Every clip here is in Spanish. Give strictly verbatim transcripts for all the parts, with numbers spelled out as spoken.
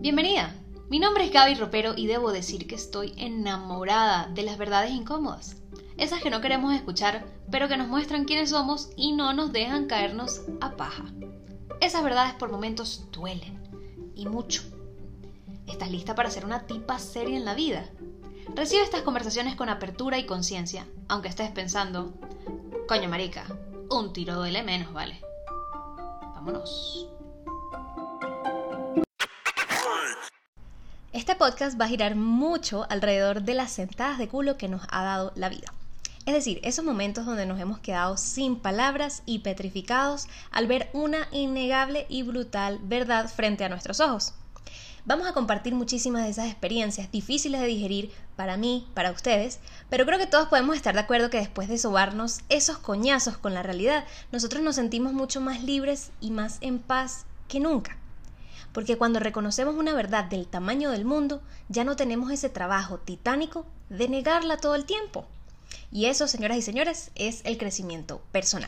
Bienvenida, mi nombre es Gaby Ropero y debo decir que estoy enamorada de las verdades incómodas. Esas que no queremos escuchar, pero que nos muestran quiénes somos y no nos dejan caernos a paja. Esas verdades por momentos duelen, y mucho. ¿Estás lista para ser una tipa seria en la vida? Recibe estas conversaciones con apertura y conciencia, aunque estés pensando, coño marica, un tiro duele menos, ¿vale? Vámonos. Este podcast va a girar mucho alrededor de las sentadas de culo que nos ha dado la vida. Es decir, esos momentos donde nos hemos quedado sin palabras y petrificados al ver una innegable y brutal verdad frente a nuestros ojos. Vamos a compartir muchísimas de esas experiencias difíciles de digerir para mí, para ustedes, pero creo que todos podemos estar de acuerdo que después de sobarnos esos coñazos con la realidad, nosotros nos sentimos mucho más libres y más en paz que nunca. Porque cuando reconocemos una verdad del tamaño del mundo, ya no tenemos ese trabajo titánico de negarla todo el tiempo. Y eso, señoras y señores, es el crecimiento personal.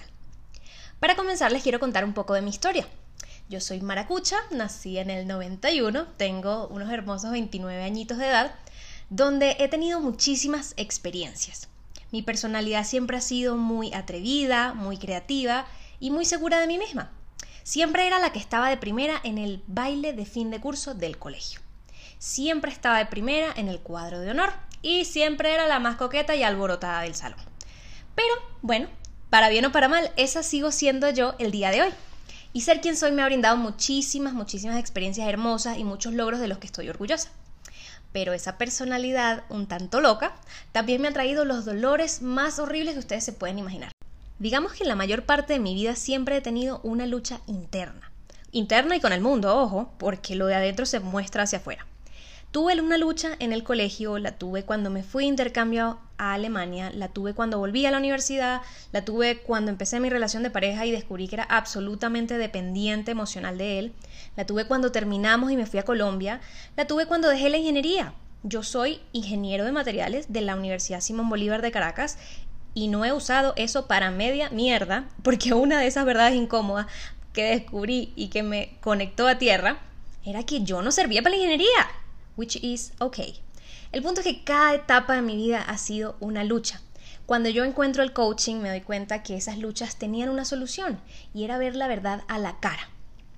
Para comenzar, les quiero contar un poco de mi historia. Yo soy maracucha, nací en el noventa y uno, tengo unos hermosos veintinueve añitos de edad, donde he tenido muchísimas experiencias. Mi personalidad siempre ha sido muy atrevida, muy creativa y muy segura de mí misma. Siempre era la que estaba de primera en el baile de fin de curso del colegio. Siempre estaba de primera en el cuadro de honor y siempre era la más coqueta y alborotada del salón. Pero, bueno, para bien o para mal, esa sigo siendo yo el día de hoy. Y ser quien soy me ha brindado muchísimas, muchísimas experiencias hermosas y muchos logros de los que estoy orgullosa. Pero esa personalidad un tanto loca también me ha traído los dolores más horribles que ustedes se pueden imaginar. Digamos que en la mayor parte de mi vida siempre he tenido una lucha interna. Interna y con el mundo, ojo, porque lo de adentro se muestra hacia afuera. Tuve una lucha en el colegio, la tuve cuando me fui de intercambio a Alemania, la tuve cuando volví a la universidad, la tuve cuando empecé mi relación de pareja y descubrí que era absolutamente dependiente emocional de él, la tuve cuando terminamos y me fui a Colombia, la tuve cuando dejé la ingeniería. Yo soy ingeniero de materiales de la Universidad Simón Bolívar de Caracas y no he usado eso para media mierda, porque una de esas verdades incómodas que descubrí y que me conectó a tierra era que yo no servía para la ingeniería. Which is okay. El punto es que cada etapa de mi vida ha sido una lucha. Cuando yo encuentro el coaching me doy cuenta que esas luchas tenían una solución y era ver la verdad a la cara.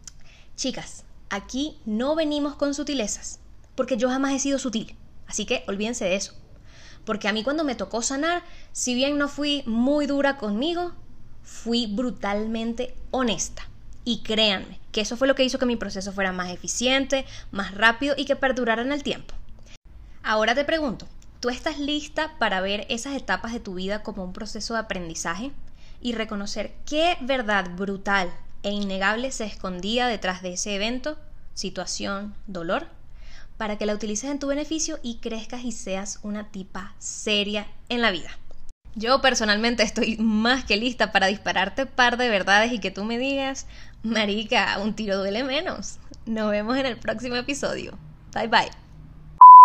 Chicas, aquí no venimos con sutilezas, porque yo jamás he sido sutil, así que olvídense de eso. Porque a mí cuando me tocó sanar, si bien no fui muy dura conmigo, fui brutalmente honesta. Y créanme, que eso fue lo que hizo que mi proceso fuera más eficiente, más rápido y que perdurara en el tiempo. Ahora te pregunto, ¿tú estás lista para ver esas etapas de tu vida como un proceso de aprendizaje y reconocer qué verdad brutal e innegable se escondía detrás de ese evento, situación, dolor, para que la utilices en tu beneficio y crezcas y seas una tipa seria en la vida? Yo personalmente estoy más que lista para dispararte par de verdades y que tú me digas, marica, un tiro duele menos. Nos vemos en el próximo episodio. Bye bye.